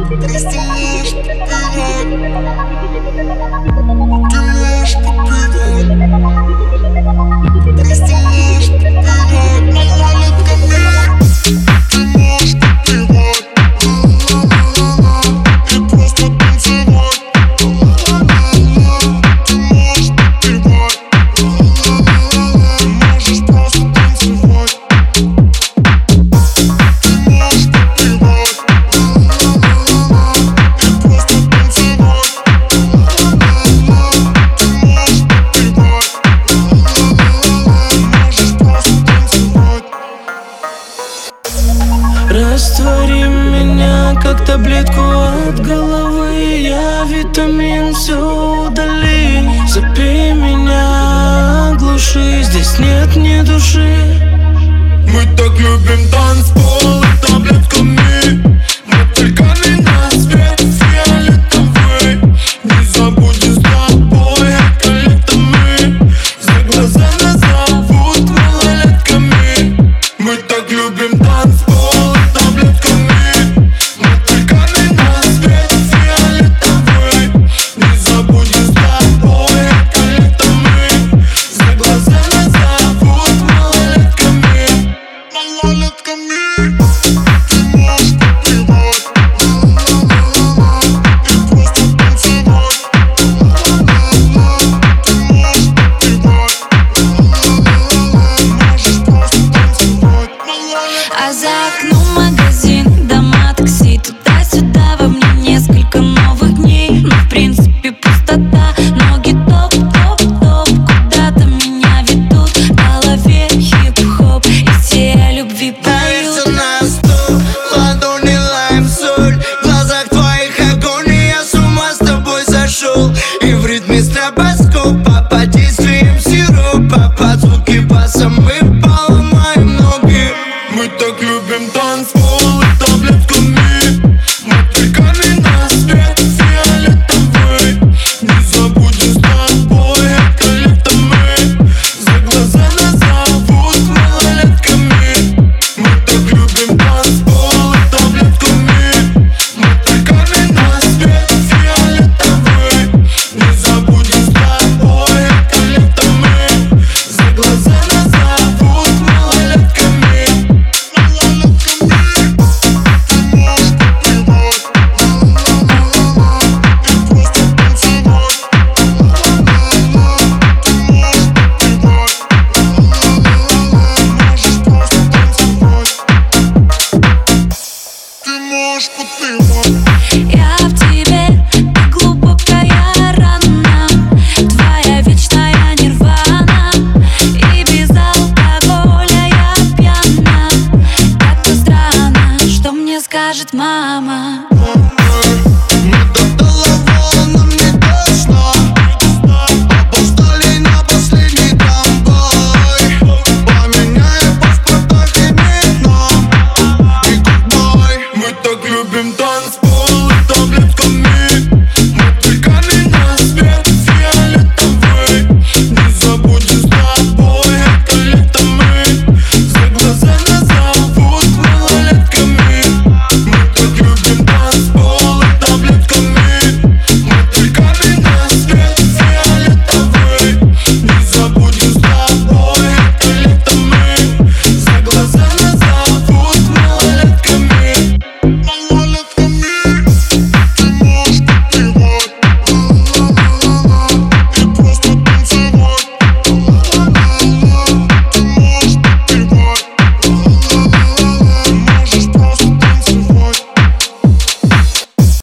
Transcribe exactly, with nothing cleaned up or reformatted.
Просто можешь подпевать. Ты можешь подпевать. Просто можешь подпевать. Малолетками. Ты можешь подпевать. И просто танцевать. Ты можешь подпевать. Можешь просто танцевать. Раствори меня, как таблетку от головы. Я витамин, все удали. Запей меня, оглуши. Здесь нет ни души. Мы так любим танцпол и таблетками. Мотыльками на свет фиолетовый. Не забудем с тобой коллектами. За глаза нас зовут малолетками. Мы так любим танцпол. А за окном магазин, дома, такси, туда-сюда. Во мне несколько новых дней, но в принципе пустота. Ноги топ-топ-топ, куда-то меня ведут. В голове хип-хоп, и все о любви поют. На стол, ладони лайм, соль. В глазах твоих огонь, и я с ума с тобой зашел. И в ритме стробоскопа, под действием сиропа, под звуки баса мы поломаем ноги. Мы так любим танцпол и таблетками. Мотыльками на свет фиолетовый. Не забудем с тобой коллектами. За глаза нас зовут малолетками. Мы так любим танцпол и таблетками. Мотыльками на свет фиолетовый. Не забудем с тобой коллектами. За глаза нас зовут малолетками. Я в тебе, как глубокая рана, твоя вечная нирвана. И без алкоголя я пьяна. Как-то странно, что мне скажет мама.